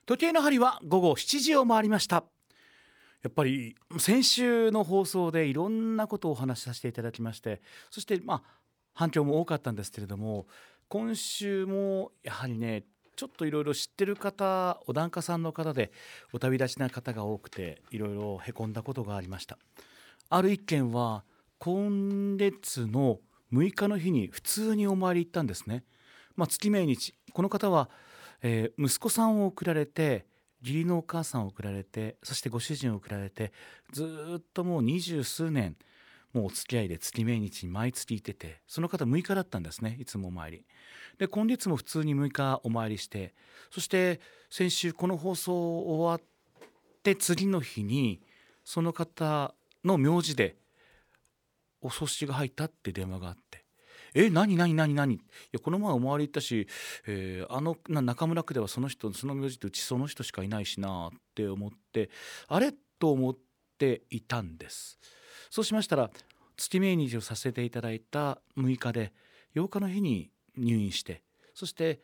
時計の針は午後7時を回りました。やっぱり先週の放送でいろんなことをお話しさせていただきまして、そして反響も多かったんですけれども、今週もやはりね、ちょっといろいろ知ってる方、お檀家さんの方でお旅立ちな方が多くて、いろいろへこんだことがありました。ある一件は今月の6日の日に普通にお参り行ったんですね。月命日、この方は、息子さんを送られて、義理のお母さんを送られて、そしてご主人を送られて、ずっともう20数年もうお付き合いで月命日に毎月行ってて、その方6日だったんですね、いつもお参りで。今月も普通に6日お参りして、そして先週この放送終わって次の日にその方の名字でお葬式が入ったって電話があって、何いや、この前お参り行ったし、中村区ではその人、その名字ってうちその人しかいないしなって思って、あれと思っていたんです。そうしましたら、月命日をさせていただいた6日で8日の日に入院して、そして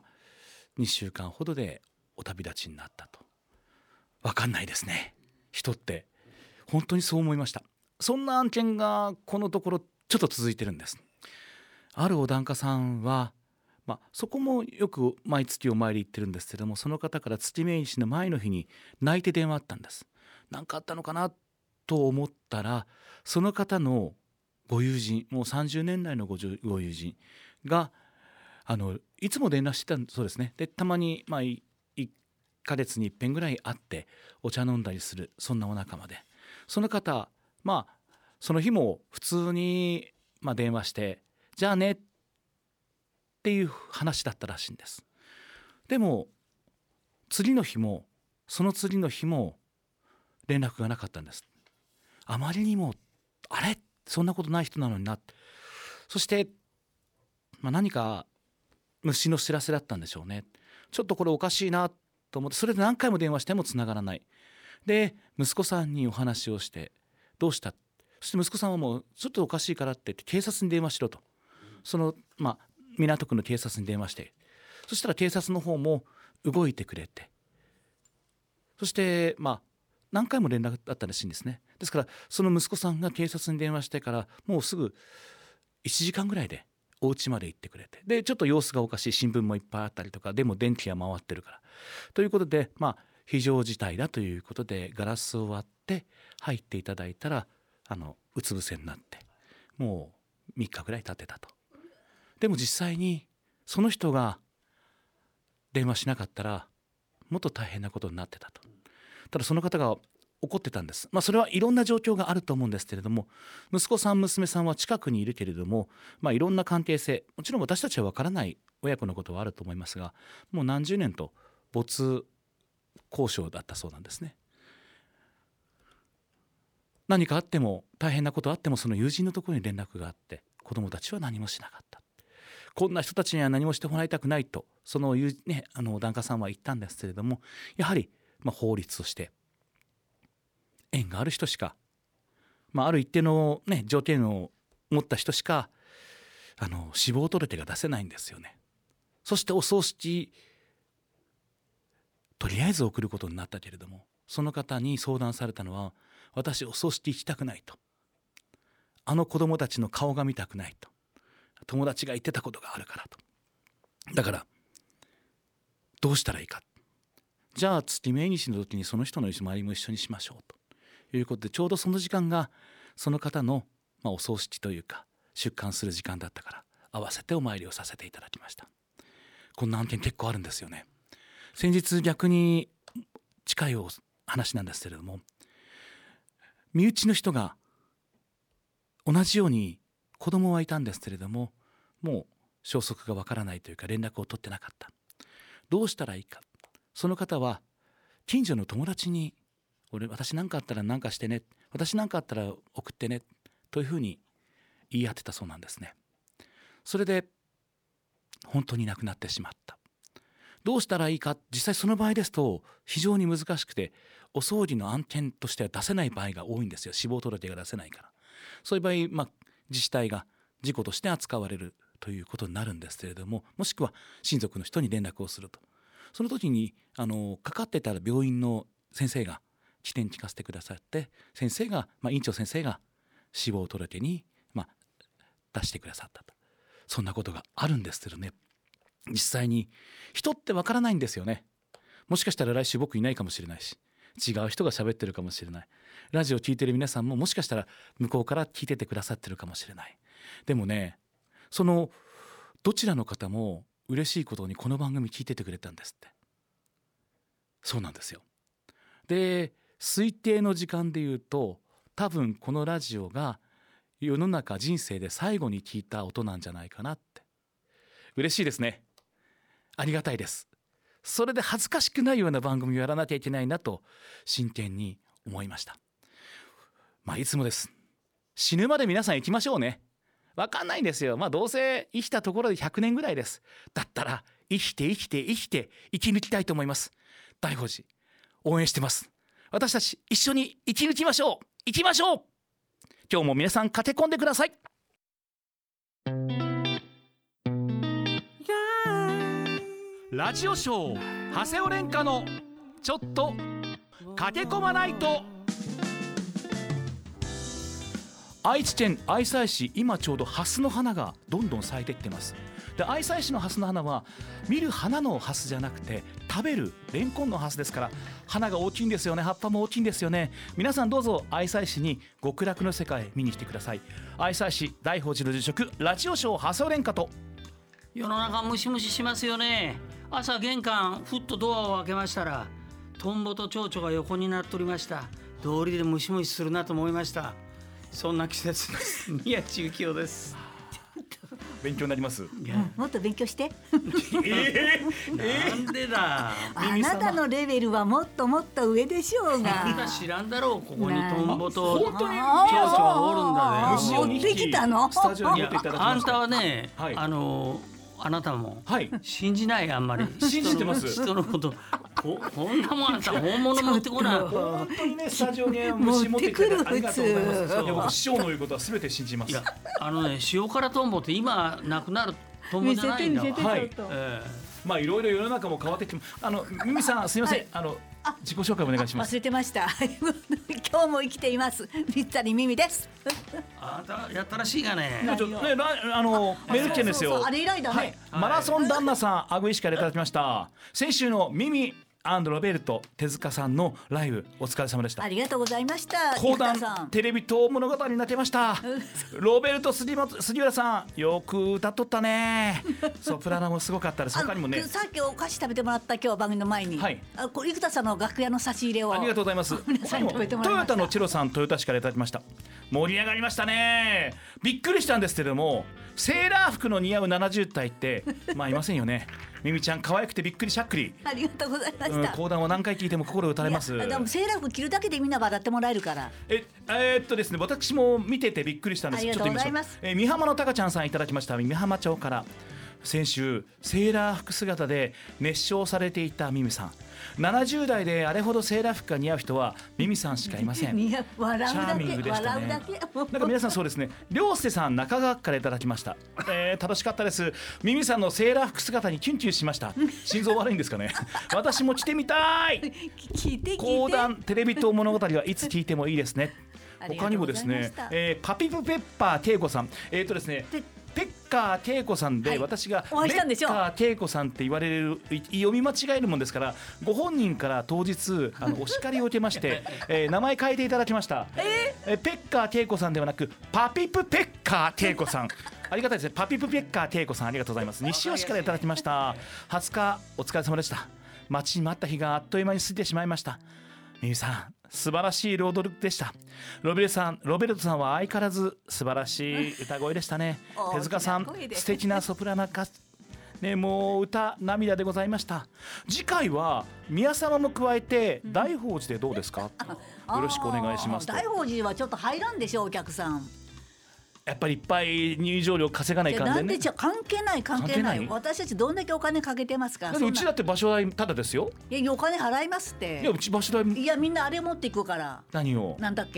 2週間ほどでお旅立ちになったと。分かんないですね、人って。本当にそう思いました。そんな案件がこのところちょっと続いてるんです。あるお檀家さんは、そこもよく毎月お参り行ってるんですけども、その方から月命日の前の日に泣いて電話あったんです。何かあったのかなと思ったら、その方のご友人、もう30年来のご友人がいつも連絡してたそうですね。で、たまに1ヶ月に一遍ぐらい会ってお茶飲んだりする、そんなお仲間で、その方その日も普通に電話して、じゃあねっていう話だったらしいんです。でも次の日もその次の日も連絡がなかったんです。あまりにもそんなことない人なのにな。そして、何か虫の知らせだったんでしょうね。ちょっとこれおかしいなと思って、それで何回も電話してもつながらない。で、息子さんにお話をして、どうした。そして息子さんはもうちょっとおかしいからって言って警察に電話しろと。その港区の警察に電話して、そしたら警察の方も動いてくれて、そして何回も連絡だったらしいんですね。ですからその息子さんが警察に電話してからもうすぐ1時間ぐらいでお家まで行ってくれて、でちょっと様子がおかしい、新聞もいっぱいあったりとか、でも電気が回ってるからということで、非常事態だということでガラスを割って入っていただいたら、うつ伏せになってもう3日ぐらい経ってたと。でも実際にその人が電話しなかったらもっと大変なことになってたと。ただその方が怒ってたんです。それはいろんな状況があると思うんですけれども、息子さん娘さんは近くにいるけれども、いろんな関係性、もちろん私たちは分からない親子のことはあると思いますが、もう何十年と没交渉だったそうなんですね。何かあっても、大変なことあっても、その友人のところに連絡があって、子供たちは何もしなかった。こんな人たちには何もしてもらいたくないと、その檀家さんは言ったんですけれども、やはり法律として縁がある人しか、ある一定の、条件を持った人しか死亡届が出せないんですよね。そしてお葬式とりあえず送ることになったけれども、その方に相談されたのは、私お葬式行きたくないと、子供たちの顔が見たくないと、友達が言ってたことがあるからと。だからどうしたらいいか。じゃあ月命日の時にその人の周りも一緒にしましょうということで、ちょうどその時間がその方の、お葬式というか出棺する時間だったから、合わせてお参りをさせていただきました。こんな案件結構あるんですよね。先日逆に近い話なんですけれども、身内の人が同じように子供はいたんですけれども、もう消息がわからないというか連絡を取ってなかった。どうしたらいいか。その方は近所の友達に、私何かあったら何かしてね、私何かあったら送ってねというふうに言い当てたそうなんですね。それで本当に亡くなってしまった。どうしたらいいか。実際その場合ですと非常に難しくて、お葬儀の案件としては出せない場合が多いんですよ。死亡届が出せないから。そういう場合、自治体が事故として扱われるということになるんですけれども、もしくは親族の人に連絡をすると。 その時にかかってたら病院の先生が起点聞かせてくださって、先生が、院長先生が死亡届に、出してくださったと。そんなことがあるんですけどね、実際に人ってわからないんですよね。もしかしたら来週僕いないかもしれないし、違う人が喋ってるかもしれない。ラジオ聞いてる皆さんももしかしたら向こうから聞いててくださってるかもしれない。でもね、そのどちらの方も嬉しいことにこの番組聞いててくれたんですって。そうなんですよ。で、推定の時間で言うと、多分このラジオが世の中人生で最後に聞いた音なんじゃないかなって。嬉しいですね。ありがたいです。それで恥ずかしくないような番組をやらなきゃいけないなと真剣に思いました。いつもです。死ぬまで皆さん行きましょうね。わかんないんですよ。どうせ生きたところで100年ぐらいです。だったら生きて生き抜きたいと思います。大宝寺応援してます。私たち一緒に生き抜きましょう。行きましょう。今日も皆さん駆け込んでください。ラジオショー長谷尾廉歌のちょっと駆け込まないと。愛知県愛西市、今ちょうどハスの花がどんどん咲いていってます。で、愛西市のハスの花は見る花のハスじゃなくて食べるレンコンのハスですから、花が大きいんですよね。葉っぱも大きいんですよね。皆さんどうぞ愛西市に極楽の世界へ見に来てください。愛西市大宝寺の住職、ラジオショー長谷尾廉歌と。 世の中ムシムシしますよね。朝玄関ふっとドアを開けましたら、トンボと蝶々が横になっておりました。道理でムシムシするなと思いました。そんな季節です。宮地幸雄です。 勉強になります。 もっと勉強して。 なんでだ。 あなたのレベルはもっともっと上でしょうが。 みんな知らんだろう。ここにトンボと本当に蝶々がおるんだね。 虫を持ってきたの。 スタジオに持っていただきました。 あんたはね、 はいあなたもはい、 信じない。あんまり信じてます。 人のことこんなもんあんた本物持ってこない。 本当にね、スタジオに虫持ってきてありがとうございます。いや、僕師匠の言うことは全て信じます。 いや、塩辛トンボって今なくなるトンボじゃないんだわ。 はい、いろいろ世の中も変わってきて、ミミさんすいません、自己紹介お願いします。 忘れてました。今日も生きています。三谷ミミです。 あんたやったらしいがね。 メルケンですよ。 あれ以来だね。 はい、マラソン旦那さん、アグイシからいただきました。先週のミミロベルト手塚さんのライブお疲れ様でした。 ありがとうございました。 講談テレビ塔物語になってました。ロベルト杉浦さん、よく歌っとったね。ソプラノもすごかったです。他にもね、 さっきお菓子食べてもらった今日番組の前に、 はい、 これ生田さんの楽屋の差し入れをありがとうございます。 皆さんに食べてもらいました。 トヨタのチェロさん、豊田市からいただきました。盛り上がりましたね。びっくりしたんですけども、セーラー服の似合う70代っていませんよね。ミミちゃん可愛くてびっくりしゃっくり。 ありがとうございました。 講談を何回聞いても心打たれます。 でもセーラー服着るだけでみんな笑ってもらえるから。 ですね、私も見ててびっくりしたんです。 ありがとうございます。 美浜のたかちゃんさんいただきました。美浜町から。先週セーラー服姿で熱唱されていたミミさん、70代であれほどセーラー服が似合う人はミミさんしかいません。 笑うだけ、 チャーミングでしたね。 笑うだけ。 なんか皆さんそうですね。涼介さん、中川からいただきました。楽しかったです。ミミさんのセーラー服姿にキュンキュンしました。心臓悪いんですかね。私も着てみたい。 聞いて講談テレビ塔物語はいつ聞いてもいいですね。他にもですね、パピプペッパー恵子さん、ですね、ペッカー恵子さんで、私がペッカー恵子さんって言われる、読み間違えるもんですから、ご本人から当日お叱りを受けまして、名前変えていただきました。ペッカー恵子さんではなくパピプペッカー恵子さん。ありがたいですね。パピプペッカー恵子さん、ありがとうございます。西尾市からいただきました。20日お疲れ様でした。待ちに待った日があっという間に過ぎてしまいました。ミミさん、素晴らしい朗読でした。ロベルトさんは相変わらず素晴らしい歌声でしたね。手塚さん、素敵なソプラノ歌ね、もう歌涙でございました。次回は宮様も加えて大宝寺でどうですか。よろしくお願いします。 大宝寺はちょっと入らんでしょ、お客さん。 やっぱりいっぱい入場料稼がないかんでね。 なんで関係ない。私たちどんだけお金かけてますか。 うちだって場所代タダですよ。 いや、お金払いますって。 いや、うち場所代。 いや、みんなあれ持っていくから。 何を。 なんだっけ。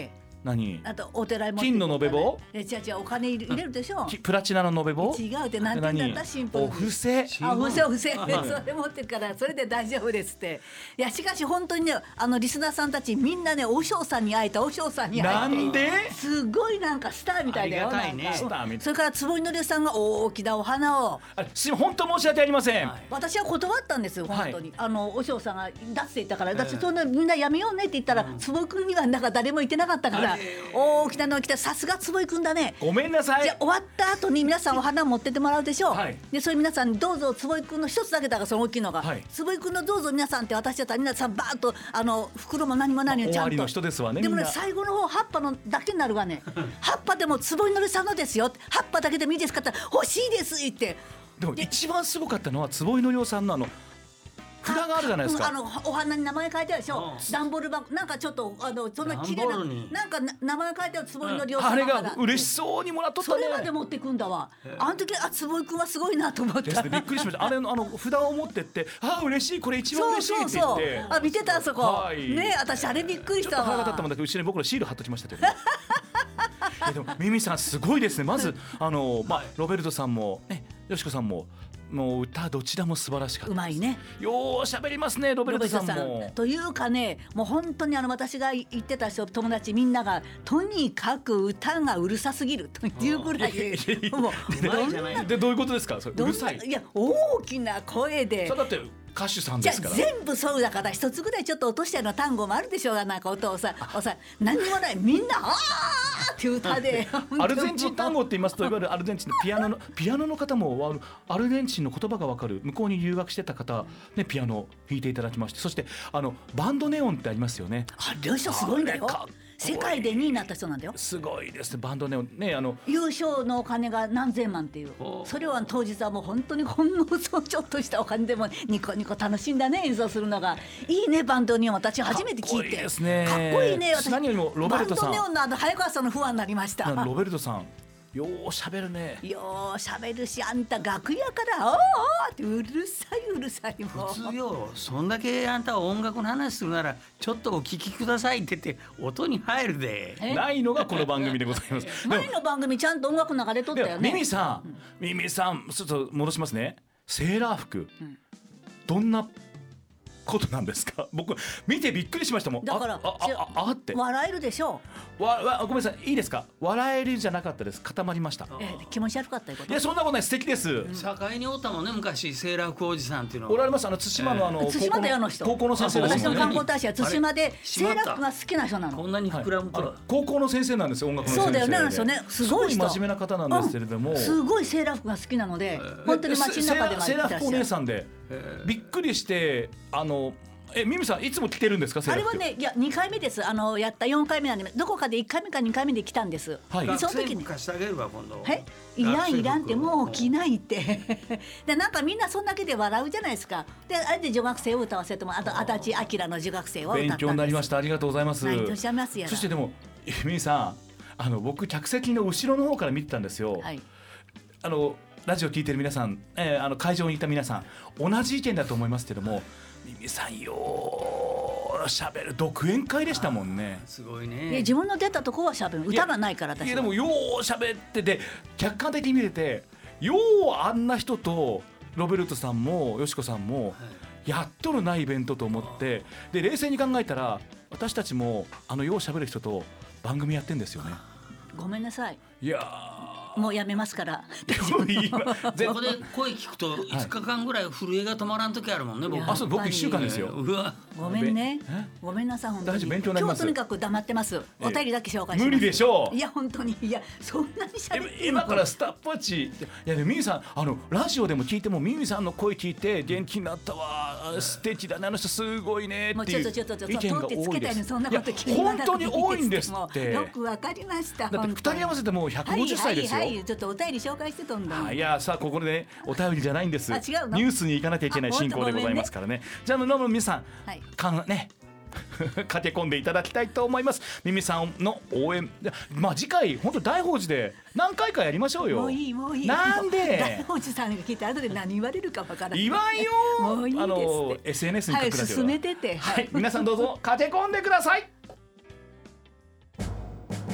何あとお寺に持って金の延べ棒違うお金入れるでしょ。 プラチナの延べ棒違うってなんて言うんだったシンプルにお布施お布施それ持ってるからそれで大丈夫ですって。いやしかし本当にねリスナーさんたちみんなね和尚さんに会えた和尚さんに会えたなんですごいなんかスターみたいだよ。 ありがたいねなんかスターみたいそれから坪井のりさんが大きなお花を本当申し訳ありません、 私は断ったんですよ本当に、お嬢さんが出すって言ったから私そんなみんなやめようねって言ったら、坪井君にはなんか誰も言ってなかったから、大きなの来てさすが坪井君だね。 ごめんなさい。 じゃあ終わった後に皆さんお花持ってってもらうでしょう、 はい、 でそれ皆さんにどうぞ坪井君の一つだけだからその大きいのが、 はい、 坪井君のどうぞ皆さんって私だったら皆さんバーッと袋も何も何もちゃんと終わりの人ですわね。 でもね最後の方葉っぱのだけになるわね葉っぱでも坪井のりさんのですよ葉っぱだけでもいいですかって欲しいです言って。 でも一番すごかったのは坪井のりおさんの札があるじゃないですか。 お花に名前書いてあるでしょ。段ボール箱なんかちょっとそんな綺麗ななんか名前書いてある坪井のりおさんあれが嬉しそうにもらっとったね。 それまで持ってくんだわ。あの時坪井君はすごいなと思った。 びっくりしました。あれ札を持ってって嬉しいこれ一番嬉しいって言って。 見てたあそこ。ね私あれびっくりしたわ。 ちょっと腹が立ったもんだけど後ろに僕らシール貼っときましたけど。でもミミさんすごいですね。まずロベルトさんもねよしこさんももう歌どちらも素晴らしかった。 うまいね。 よう喋りますねロベルトさんも。 というかねもう本当に私が言ってた人友達みんながとにかく歌がうるさすぎるというぐらいもうでどういうことですか。それうるさい。 いや大きな声で。 だって歌手さんですから。 じゃ全部そうだから一つぐらいちょっと落としたような単語もあるでしょうがなんか音をさ何にもないみんなあーって歌でアルゼンチン単語って言いますといわゆるアルゼンチンのピアノの方もアルゼンチンの言葉が分かる向こうに留学してた方、ね、ピアノ弾いていただきましてそしてバンドネオンってありますよね。 両人すごいんだよ。世界で2位になった人なんだよ。 すごいですねバンドネオンね。 優勝のお金が何千万っていうそれは当日はもう本当にほんのちょっとしたお金でもニコニコ楽しんだね演奏するのがいいね。バンドネオン私初めて聞いてかっこいいですね。かっこいいね。私何よりもロベルトさんバンドネオンの早川さんのファンになりました。 ロベルトさんよう喋るね。 よう喋るしあんた楽屋からおーってうるさいうるさいもう普通よそんだけあんたは音楽の話するならちょっとお聞きくださいって言って音に入るでないのがこの番組でございます。 前の番組ちゃんと音楽流れとったよね。 ミミさんちょっと戻しますね。セーラー服、どんなことなんですか。僕見てびっくりしましたもん。 だからって笑えるでしょう。ごめんなさいいいですか。笑えるじゃなかったです。固まりました。 気持ち悪かったいうこと。 いやそんなことない素敵です。 堺におったもんね昔セーラー服おじさんっていうのおられます。対馬の対馬だよの人高校の先生ですもんね。 私の観光大使は対馬でセーラー服が好きな人なの。 こんなに膨らむと高校の先生なんですよ。音楽の先生そうだよねあの人ねすごい人真面目な方なんですけれどもすごいセーラー服が好きなので本当に街の中でセーラー服お姉さんでびっくりしてミミさんいつも着てるんですか。 あれはねいや2回目です。やった4回目なんでどこかで1回目か2回目で来たんです。 はい。 その時に貸してあげるわ今度。 いらんってもう着ないってでなんかみんなそんだけで笑うじゃないですか。であれで女学生を歌わせても足立明の女学生を歌ったんです。 勉強になりました。ありがとうございます。 そしてでもミミさん僕客席の後ろの方から見てたんですよ。ラジオ聞いてる皆さん、会場にいた皆さん同じ意見だと思いますけどもミミさんようしゃべる独演会でしたもんね。 すごいね。 自分の出たとこはしゃべる歌がないから私は。 いやでもようしゃべってて客観的に見れてようあんな人とロベルトさんもよしこさんもやっとるないイベントと思ってで冷静に考えたら私たちもようしゃべる人と番組やってんですよね。 ごめんなさい。 いやもうやめますからここで声聞くと5日間ぐらい震えが止まらん時あるもんね。僕 1週間ですよ。 ごめんねごめんなさい本当に。今日とにかく黙ってます。お便りだけ紹介します。 無理でしょう。 いや本当にいやそんなに喋っていいの。 今からスタップウォッチいやミミさんラジオでも聞いてもミミさんの声聞いて元気になったわ素敵だねすごいねっていう意見が多いです。本当に多いんですって。 よくわかりました。 だって2人合わせてもう150歳ですよ。 ちょっとお便り紹介してたんだ。 いやさあここでねお便りじゃないんです。ニュースに行かなきゃいけない進行でございますからね。じゃあ皆さんね駆け込んでいただきたいと思います。ミミさんの応援次回本当大宝寺で何回かやりましょうよ。 もういいなんで大宝寺さんが聞いて後で何言われるかわからない。 言わんよもういいですって SNS に書くだけは進めてて皆さんどうぞ駆け込んでください。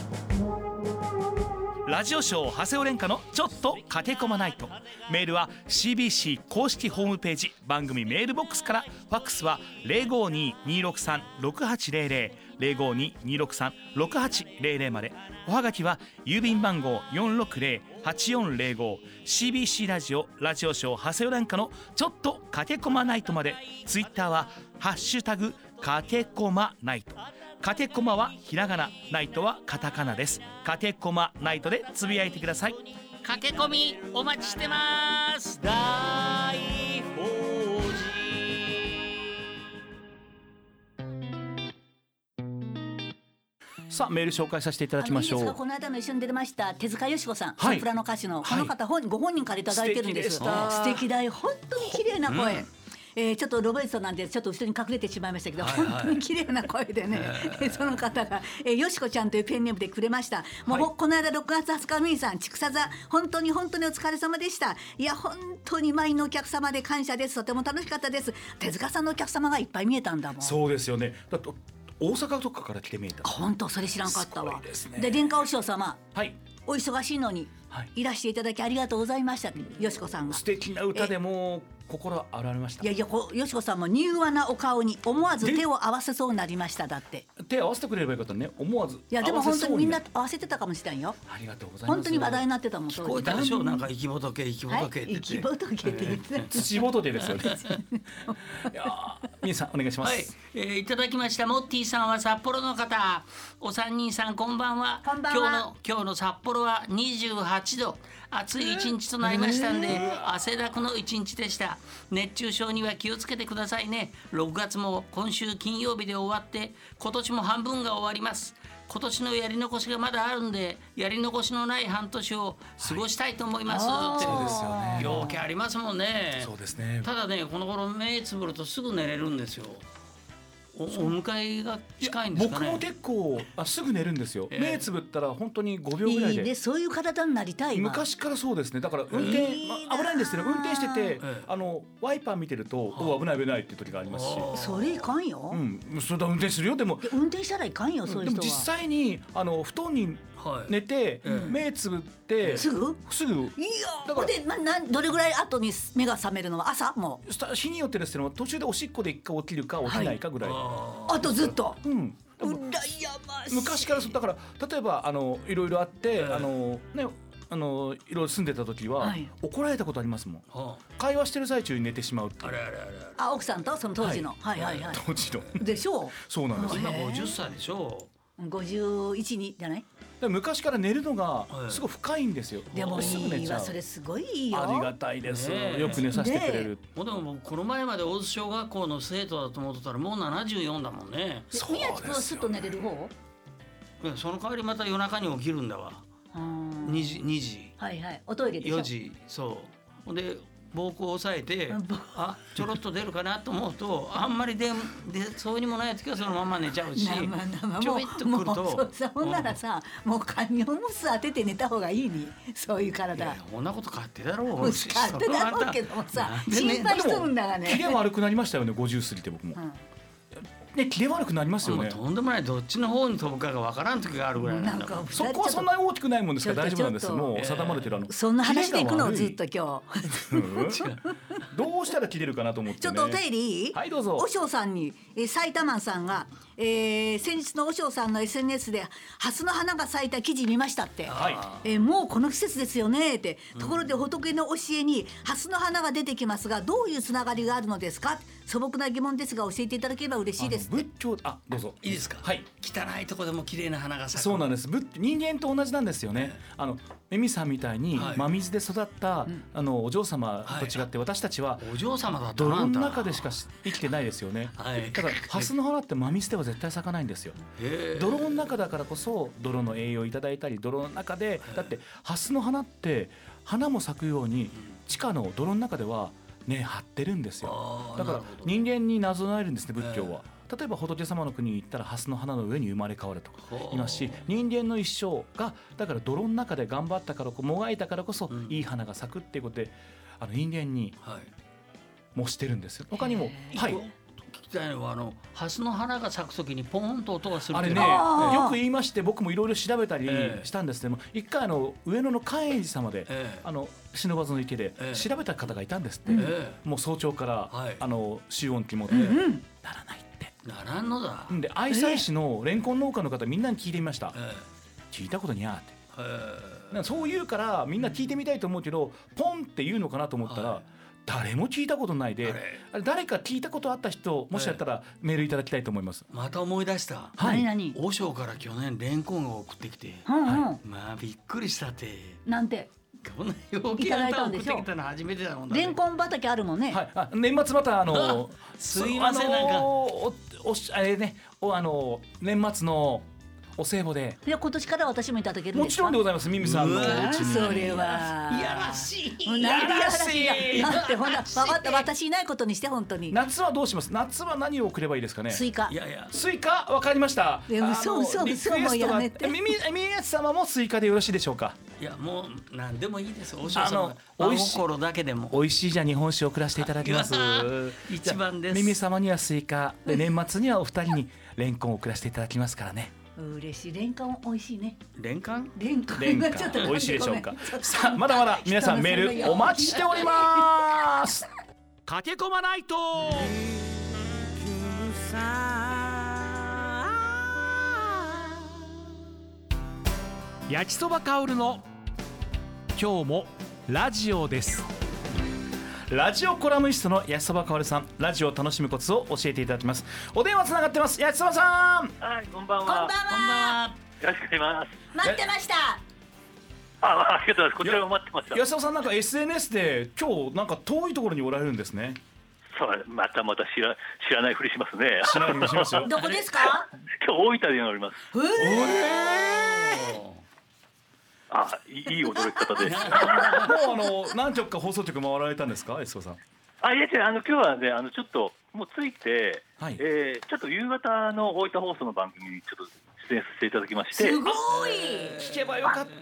ラジオショー長谷尾廉歌のちょっと駆け込まないと。メールは CBC 公式ホームページ番組メールボックスから。ファックスは 052-263-6800 052-263-6800 まで。おはがきは郵便番号 460-8405 CBC ラジオラジオショー長谷尾廉歌のちょっと駆け込まないとまで。ツイッターはハッシュタグ駆け込まないと。駆け込まはひらがな、ナイトはカタカナです。駆け込まナイトでつぶやいてください。 駆け込みお待ちしてます。大宝寺。さあメール紹介させていただきましょう。 いいですか、この間も一緒に出てました手塚よし子さん、 はい、 ソプラノ歌手のこの方、ご本人からいただいてるんです。素敵だよ、本当に綺麗な声、ちょっとロベルトなんでちょっと後ろに隠れてしまいましたけど、本当に綺麗な声でね、その方が、よしこちゃんというペンネームでくれました。もう、この間6月20日の皆さん、ちくさ座本当にお疲れ様でした。いや本当に満員のお客様で感謝です。とても楽しかったです。手塚さんのお客様がいっぱい見えたんだもん。 そうですよね。だって大阪とかから来て見えた。 本当それ知らんかったわ。 ですね。 で殿下お師匠様、 はい、 お忙しいのにいらしていただきありがとうございました。よしこさんが素敵な歌でも心洗われました。 いやよしこさんも柔和なお顔に思わず手を合わせそうになりました。だって手を合わせてくれればよかったね。思わず。いやでも本当にみんな合わせてたかもしれんよ。 ありがとうございます。 本当に話題になってたもん。 聞こえたでしょ。なんか生き仏って言って、 生き仏って言って土仏ですよね。いや皆さんお願いします。 はい、いただきました。モッティさんは札幌の方。お三人さんこんばんは。 こんばんは。 今日の札幌は28度。暑い一日となりましたんで、汗だくの一日でした。熱中症には気をつけてくださいね。6月も今週金曜日で終わって今年も半分が終わります。今年のやり残しがまだあるんで、やり残しのない半年を過ごしたいと思います、 そうですよね。 陽気ありますもんね。 そうですね。 ただね、この頃目つぶるとすぐ寝れるんですよ。お迎えが近いんですかね。 僕も結構すぐ寝るんですよ。目つぶったら本当に5秒ぐらいで。 いいね、そういう体になりたいわ。 昔からそうですね。だから運転、危ないんですけど、運転してて、ワイパー見てると危ない危ないっていう時がありますし。 それいかんよ。 それで運転するよ。でも運転したらいかんよ、そういう人は。 でも実際に布団に寝て、目つぶってすぐいやだで、どれぐらい後に目が覚めるのは朝も日によってですけど、途中でおしっこで一回起きるか起きないかぐらい、 あとずっと羨ましい。 昔からだから例えばいろいろあっていろいろ住んでた時は怒られたことありますもん。会話してる最中に寝てしまうって。 奥さんとその当時の当時のでしょう。 そうなんです。 今50歳でしょう。 51にじゃない。 昔から寝るのがすごい深いんですよ。 でもいいわ、それすごいいいよ。 ありがたいです。よく寝させてくれる。 でもこの前まで大津小学校の生徒だと思ってたらもう74だもんね。 宮地君はすっと寝れる方？ その代わりまた夜中に起きるんだわ。2時はいはい、おトイレでしょ。 4時そうで膀胱を押さえてちょろっと出るかなと思うとあんまりそうにもない時はそのまま寝ちゃうし、ちょびっとくるとほんならさ、もうカニョムス当てて寝た方がいいに、そういう体。 こんなこと買ってだろう。 買ってだろうけどもさ、心配しとるんだがね。 キレ悪くなりましたよね、50過ぎて僕も。ね、キレ悪くなりますよね。 とんでもない、どっちの方に飛ぶかがわからん時があるぐらいなんだから。 そこはそんなに大きくないもんですから大丈夫なんです。もう定まれてるそんな話でいくのずっと今日。どうしたら切れるかなと思って、 ちょっとお手入り。 はいどうぞ。 おしょうさんに埼玉さんが、先日のおしょうさんの SNS でハスの花が咲いた記事見ましたって、もうこの季節ですよねって。ところで仏の教えにハスの花が出てきますが、どういうつながりがあるのですか。素朴な疑問ですが教えていただければ嬉しいです。 仏教どうぞ。 いいですか。はい。汚いとこでも綺麗な花が咲く。 そうなんです。人間と同じなんですよね。エミさんみたいに真水で育ったお嬢様と違って、私たちはお嬢様だった泥の中でしか生きてないですよね。だからハスの花って真水では絶対咲かないんですよ。泥の中だからこそ泥の栄養をいただいたり、泥の中でだってハスの花って花も咲くように地下の泥の中では根張ってるんですよ。だから人間になぞらえるんですね、仏教は。例えば仏様の国に行ったらハスの花の上に生まれ変わるとか言いますし、人間の一生がだから泥の中で頑張ったからもがいたからこそいい花が咲くっていうことで人間に模してるんですよ。他にも聞きってたのはハスの花が咲く時にポーンと音がするっていうあれね、よく言いまして僕もいろいろ調べたりしたんですけども、一回上野の寛永寺様で、不忍池で調べた方がいたんですって、もう早朝から、集音機持って、ならないってならんのだ。 で愛西市のレンコン農家の方みんなに聞いてみました、聞いたことにゃーって、そう言うからみんな聞いてみたいと思うけどポンって言うのかなと思ったら、誰も聞いたことないで、誰か聞いたことあった人もしあったらメールいただきたいと思います。 また思い出した。 何和尚から去年レンコンを送ってきて、まあびっくりしたって。 なんてこんな陽気な歌を送ってきたの初めてだもんだね。 レンコン畑あるもんね。 年末またすいません、なんかあれね、年末のお歳暮で。 いや今年から私もいただけるんですか。 もちろんでございます。ミミさんのお家に。 それは。 いやらしい。 いやらしい。なんてほんな分かった、私いないことにして本当に。 夏はどうします。夏は何を送ればいいですかね。 スイカ。 いやいや。 スイカわかりました。 嘘もうやめて。 ミヤ様もスイカでよろしいでしょうか。 いやもう何でもいいです。お嬢様。おいしい心だけでも。 美味しいじゃ日本酒を送らせていただきます。 一番です。 ミミ様にはスイカで年末にはお二人にレンコンを送らせていただきますからね。 嬉しい。レンコン美味しいね。 レンコン美味しいでしょうか。さあまだまだ皆さんメールお待ちしております。駆け込まないと。焼きそば香るの今日もラジオです。ラジオコラムニストの焼きそばかおるさん、ラジオを楽しむコツを教えていただきます。お電話つながってます。焼きそばさん。 はい、こんばんは。 こんばんは。 よろしくお願いします。 待ってました。 ありがとうございます。こちらも待ってました。 焼きそばさん、なんか SNS で今日なんか遠いところにおられるんですね。 そう、また知らないふりしますね。 知らないふりしますよ。 どこですか。 今日大分でおります。いい驚き方です。 もう何局か放送局回られたんですか、エスコさん。 いや今日はねちょっともう着いて、ちょっと夕方の大分放送の番組にちょっと出演させていただきまして。 すごい。 聞けばよかった。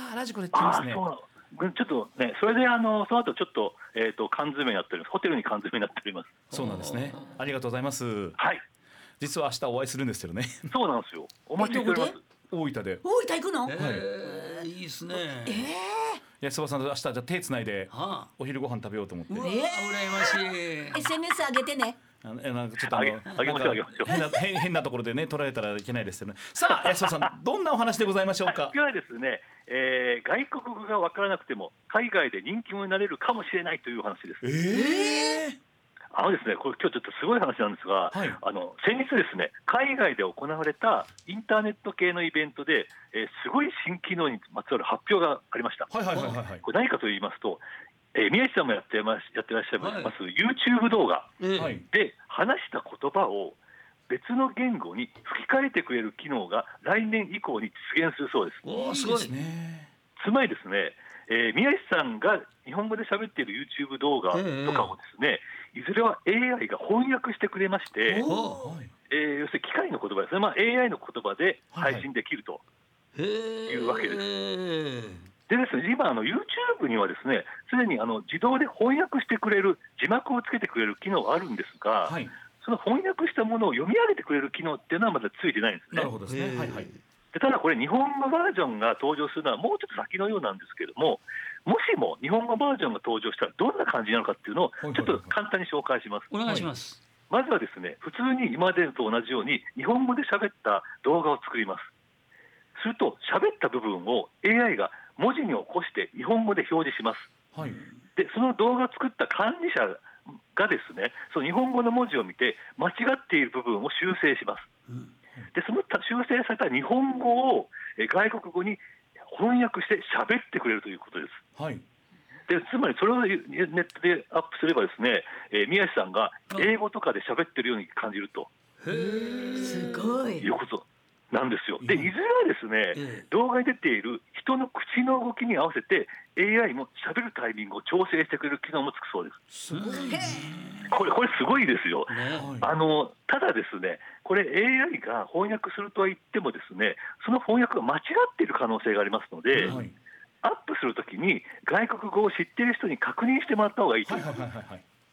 ラジコで聞きますね。 ちょっとね、それでその後ちょっと缶詰になっております。ホテルに缶詰になっております。 そうなんですね。ありがとうございます。 はい。 実は明日お会いするんですけどね。 そうなんですよ。お待ちしております。 大分で。 大分行くの。 いいですね。 焼きそばさんと明日じゃあ手つないでお昼ご飯食べようと思って。 羨ましい。 SNS 上げてね。 なんかちょっと変なところでね取られたらいけないですよね。さあ、焼きそばさん、どんなお話でございましょうか。 今日はですね、外国語が分からなくても海外で人気者になれるかもしれないという話です。ですね、これ今日ちょっとすごい話なんですが、先日ですね、海外で行われたインターネット系のイベントで、すごい新機能にまつわる発表がありました。これ何かと言いますと、宮地さんもやってらっしゃいます、YouTube 動画で話した言葉を別の言語に吹き替えてくれる機能が来年以降に実現するそうです。 すごいね。 つまりですね、宮地さんが日本語で喋っている YouTube 動画とかをですね、いずれは AI が翻訳してくれまして、要するに機械の言葉ですね、AI の言葉で配信できるというわけです。でですね、今YouTube にはですね、すでに自動で翻訳してくれる字幕をつけてくれる機能があるんですが、その翻訳したものを読み上げてくれる機能っていうのはまだついてないんですね。 なるほどですね。 でただこれ日本語バージョンが登場するのはもうちょっと先のようなんですけれども、もしも日本語バージョンが登場したらどんな感じになるかっていうのをちょっと簡単に紹介します。 お願いします。 まずはですね、普通に今までと同じように日本語で喋った動画を作ります。すると喋った部分を AI が文字に起こして日本語で表示します。でその動画を作った管理者がですね、その日本語の文字を見て間違っている部分を修正します。でその修正された日本語を外国語に翻訳して喋ってくれるということです。でつまりそれをネットでアップすればですね、宮地さんが英語とかで喋ってるように感じるとすごいいうことなんですよ。でいずれはですね、動画に出ている人の口の動きに合わせて AI も喋るタイミングを調整してくれる機能もつくそうです。これすごいですよ。ただですね、これ AI が翻訳するとは言ってもですね、その翻訳が間違っている可能性がありますので、アップするときに外国語を知っている人に確認してもらった方がいいという。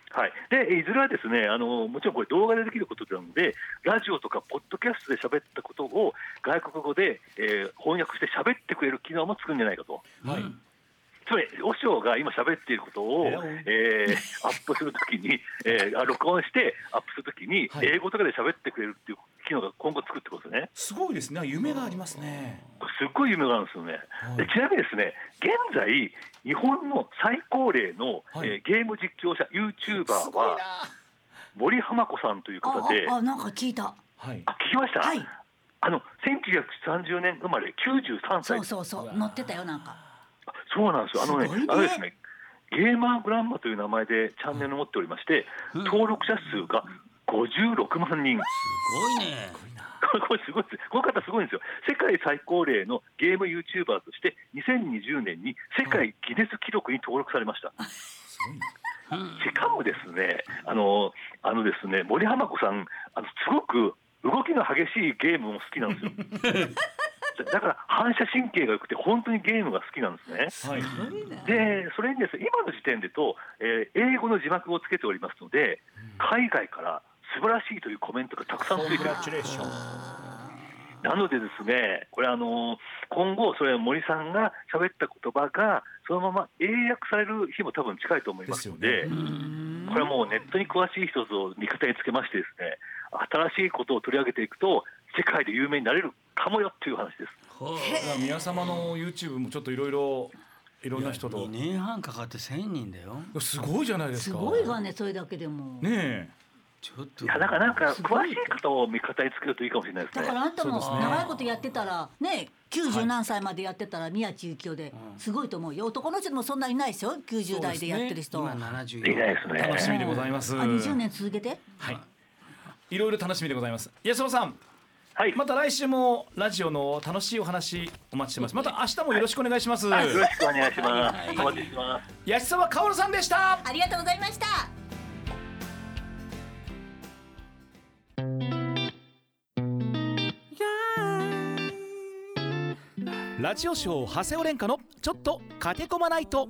はい、でいずれはですねもちろんこれ動画でできることなので、ラジオとかポッドキャストで喋ったことを外国語で、翻訳して喋ってくれる機能も作るんじゃないかと。 はい、 つまり和尚が今喋っていることを、アップするときに、録音してアップするときに、英語とかで喋ってくれるっていう機能が今後作ってことですね。 すごいですね。夢がありますね。 すっごい夢があるんですよね。でちなみにですね、現在日本の最高齢の、ゲーム実況者 YouTuber は森浜子さんという方で、 なんか聞いた。 聞きました。 はい。 1930年生まれ93歳。 そう載ってたよなんか。 そうなんですよ。ですね、ゲーマーグランマという名前でチャンネルを持っておりまして、登録者数が56万人。 すごいね。 これすごいです。この方すごいんですよ。世界最高齢のゲーム YouTuber として2020年に世界ギネス記録に登録されました。しかもですね、ですね、森浜子さんすごく動きの激しいゲームも好きなんですよ。だから反射神経が良くて本当にゲームが好きなんですね。でそれにですね、今の時点でと、英語の字幕をつけておりますので、海外から素晴らしいというコメントがたくさんついています。なのでですね、これ今後それ森さんが喋った言葉がそのまま英訳される日も多分近いと思いますので、これはもうネットに詳しい人と味方につけましてですね、新しいことを取り上げていくと世界で有名になれるかもよっていう話です。 宮様の YouTube もちょっといろんな人と 2年半かかって1000人だよ。 すごいじゃないですか。 すごいわね、それだけでもね。 ちょっといやだからなんか詳しい方を味方につけるといいかもしれないですね。 だからあんたも長いことやってたらね、90何歳までやってたら宮地幸雄ですごいと思うよ。男の人でもそんなにいないですよ、90代でやってる人。 今74。 いないですね。 楽しみでございます。 20年続けて。 はい。いろいろ楽しみでございます。安尾さん。 はい。 また来週もラジオの楽しいお話お待ちしてます。また明日もよろしくお願いします。 よろしくお願いします。お待ちしてます。 安澤薫さんでした。 ありがとうございました。 ラジオショー長谷尾廉歌のちょっと駆け込まないと。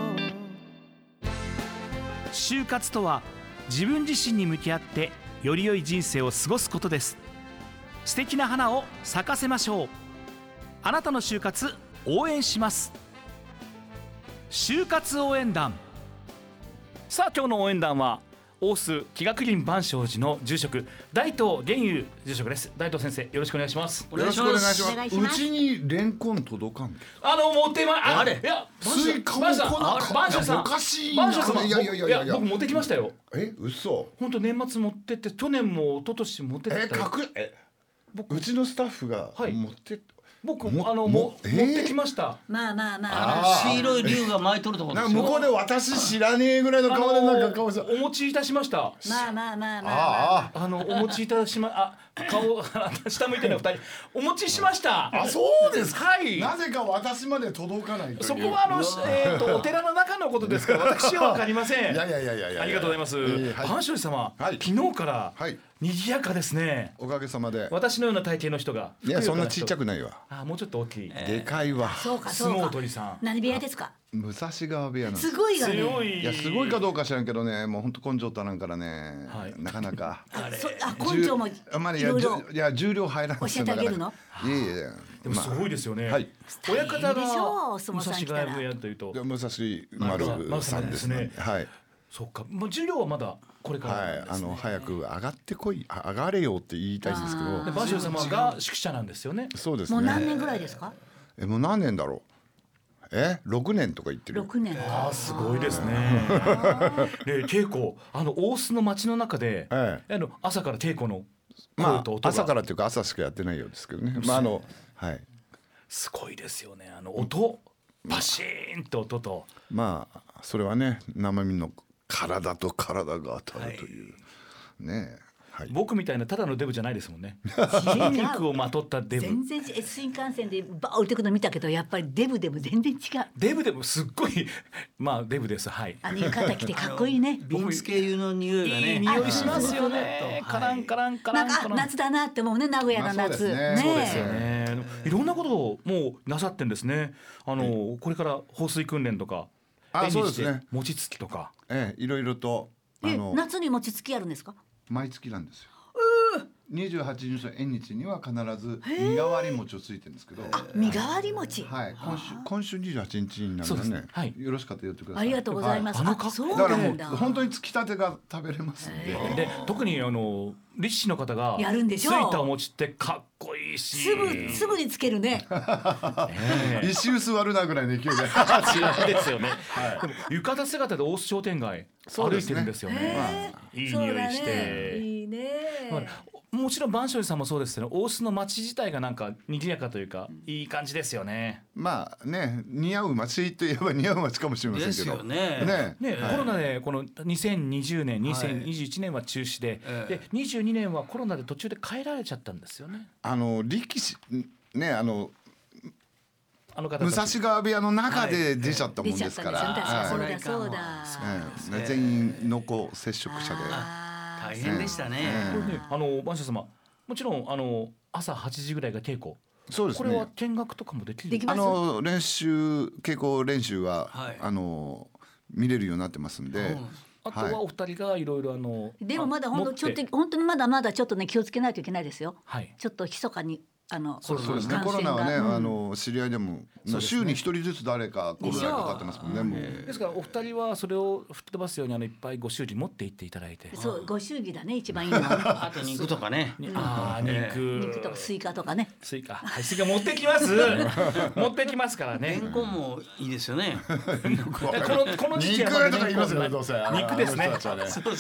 就活とは自分自身に向き合ってより良い人生を過ごすことです。素敵な花を咲かせましょう。あなたの就活応援します。就活応援団。さあ今日の応援団は大須気学林万象寺の住職大東玄雄住職です。大東先生よろしくお願いします。 よろしくお願いします。うちにレンコン届かん。 持ってあれいやスイカも来なかった。 万象さんおかしいな。 万象さんいや僕持ってきましたよ。 嘘。 本当年末持ってって去年も一昨年持ってってうちのスタッフがはい持って僕持ってきました。 まあの白い竜が巻いとるところですよ。 向こうで私知らねえぐらいの顔でなんか顔さ。 お持ちいたしました。お持ちいたし顔下向いてない二人お持ちしました。 そうですか。 はい。 なぜか私まで届かないという。 そこはお寺の中のことですから私は分かりません。 いやありがとうございます。万象寺様、昨日から賑やかですね。 おかげさまで。 私のような体型の人が。 いやそんなちっちゃくないわ。 もうちょっと大きい。 でかいわ。 そうか相撲取りさん。 何部屋ですか。 武蔵川部屋なんです。 すごいがね。 いやすごいかどうか知らんけどね、もう本当根性足らんからね、なかなか根性もいろいろ。 いや重量入らん。 教えてあげるの。 いえでもすごいですよね。親方が武蔵川部屋というと武蔵丸さんですね。はい。 そっか。もう重量はまだこれからですね。 早く上がってこい、上がれよって言いたいんですけど。 万象様が宿舎なんですよね。 そうですね。 もう何年ぐらいですか。 もう何年だろう。6年とか言ってる。 6年。 すごいですね。稽古大須の街の中で朝から稽古の声と音が。 朝からっていうか朝しかやってないようですけどね。はい。 すごいですよね。音パシーンと音と。 それはね生身の体と体が当たるというね。 僕みたいなただのデブじゃないですもんね。筋肉をまとったデブ。 全然新幹線でバー降りてくの見たけどやっぱりデブでも全然違う。 デブでもすっごいデブです。はい。 浴衣着てかっこいいね。 ビンツ系油の匂いがね。 いい匂いしますよね。カランカランカラン。 なんか夏だなって思うね、名古屋の夏。 そうですよね。いろんなことをもうなさってんですね。これから放水訓練とか、 そうですね。 餅つきとか、 いろいろと夏に餅つきやるんですか？ 毎月なんですよ。28日縁日には必ず身代わり餅をついてるんですけど、 身代わり餅、 はい、今週28日になるのでね、 はい、 よろしかったらやってください。 ありがとうございます。 だからもう本当につきたてが食べれますんで、 で特に力士の方がやるんでしょう。 ついたお餅ってかっこいいし、 すぐにつけるね。 一周座るなぐらいの勢いで違うんですよね。でも浴衣姿で大須商店街歩いてるんですよね。いい匂いして、 いいね。 もちろん万象寺さんもそうですけど、大須の街自体がなんか賑やかというか、いい感じですよね。 まあね、似合う街といえば似合う街かもしれませんけどですよね。 コロナでこの2020年2021年は中止で、で22年はコロナで途中で変えられちゃったんですよね。 力士ね、 武蔵川部屋の中で出ちゃったもんですから、 そうだ、 全員濃厚接触者で大変でしたね。 万象様、もちろん朝8時ぐらいが稽古。 そうですね。 これは見学とかもできる。 練習、稽古練習は、見れるようになってますんで。 あとはお二人がいろいろでもまだ本当にまだまだちょっとね気をつけないといけないですよ。ちょっと密かにそうですね。コロナはね、知り合いでも週に一人ずつ誰かコロナにかかってますもんね。もうですからお二人はそれを吹っ飛ばすようにいっぱいご祝儀持って行っていただいて。 そう、ご祝儀だね一番いいの。 あと肉とかね。 肉とかスイカとかね。 スイカ持ってきます。持ってきますからね。 レンコンもいいですよね。 この時期は肉とか言いますよね、どうせ。 肉ですね。 そう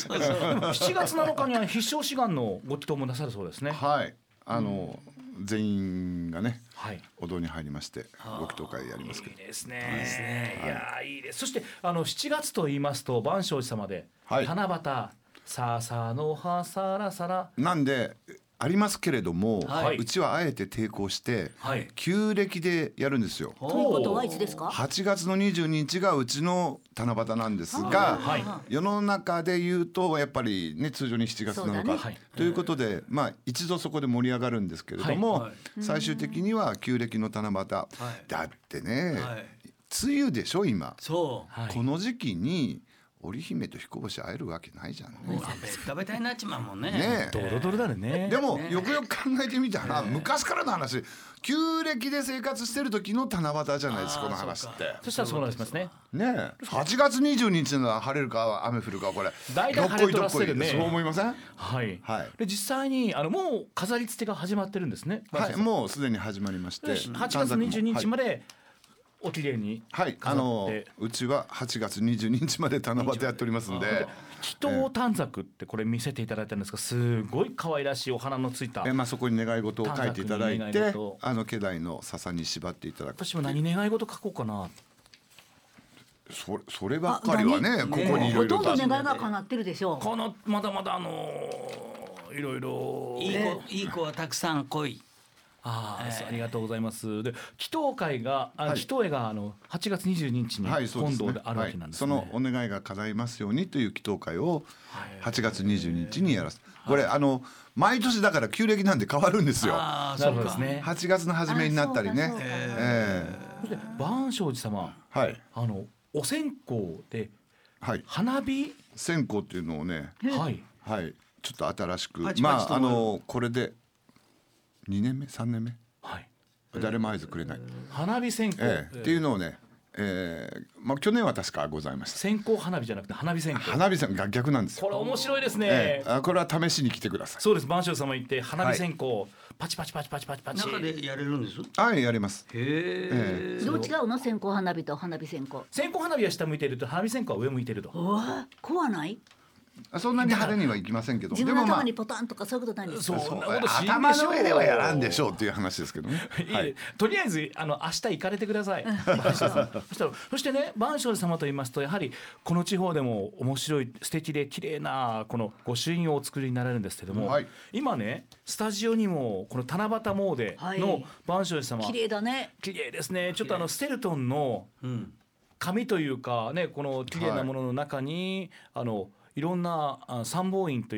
7月7日には必勝志願のご祈祷もなさるそうですね。 はい。全員がね、お堂に入りましてご祈祷会やりますけど。 いいですね。いやいいです。そして7月と言いますと万象寺様で七夕さあさあのはさらさらなんでありますけれども、うちはあえて抵抗して旧暦でやるんですよ。 ということはいつですか ？8月の22日がうちの七夕なんですが、世の中で言うとやっぱりね、通常に7月7日ということで、一度そこで盛り上がるんですけれども、最終的には旧暦の七夕だってね、梅雨でしょ今。この時期に織姫と彦星会えるわけないじゃんね。 食べたいなっちまうもんね。 ドロドロだね。 でもよくよく考えてみたら昔からの話、旧暦で生活してる時の七夕じゃないですこの話って。 そしたらそうなりますね。 8月22日なら晴れるか雨降るかこれ大体晴れとらせるね。 そう思いません？ で実際にもう飾り付けが始まってるんですね。 もうすでに始まりまして、 8月22日までおきれいにうちは8月22日まで七夕やっておりますんで、 祈祷短冊ってこれ見せていただいたんですが、すごい可愛らしいお花のついた、 そこに願い事を書いていただいて、境内の笹に縛っていただく。 私も何願い事書こうかな。 そればっかりはね、ここにいろいろほとんど願いが叶ってるでしょう。 まだまだいろいろいい子はたくさん来い。 ありがとうございます。で祈祷会が祈祷会が8月22日に本堂であるわけなんですね。 そのお願いが叶いますようにという祈祷会を8月22日にやらす。これ毎年だから旧暦なんで変わるんですよ。 そうですね。 8月の初めになったりね。 万象寺様、お線香で花火線香っていうのをね、ちょっと新しくこれで2年目3年目、誰も合図くれない花火線香っていうのをね、去年は確かございました。 線香花火じゃなくて花火線香。 花火線が逆なんですよ。 これ面白いですね。 これは試しに来てください。 そうです。万象様行って花火線香パチパチパチパチパチパチ中でやれるんです。 やります。 どう違うの？線香花火と花火線香。 線香花火は下向いてると花火線香は上向いてると。 怖ない？ そんなに派手にはいきませんけど、 自分の頭にポタンとかそういうことないんですか？ 頭の上ではやらんでしょうっていう話ですけどね。 とりあえず明日行かれてください。そしてね、万象様と言いますとやはりこの地方でも面白い素敵で綺麗なこの御朱印をお作りになられるんですけども、今ねスタジオにもこの七夕詣の万象様、 綺麗だね。 綺麗ですね。ちょっとステルトンの紙というかね、この綺麗なものの中にいろんな参謀院という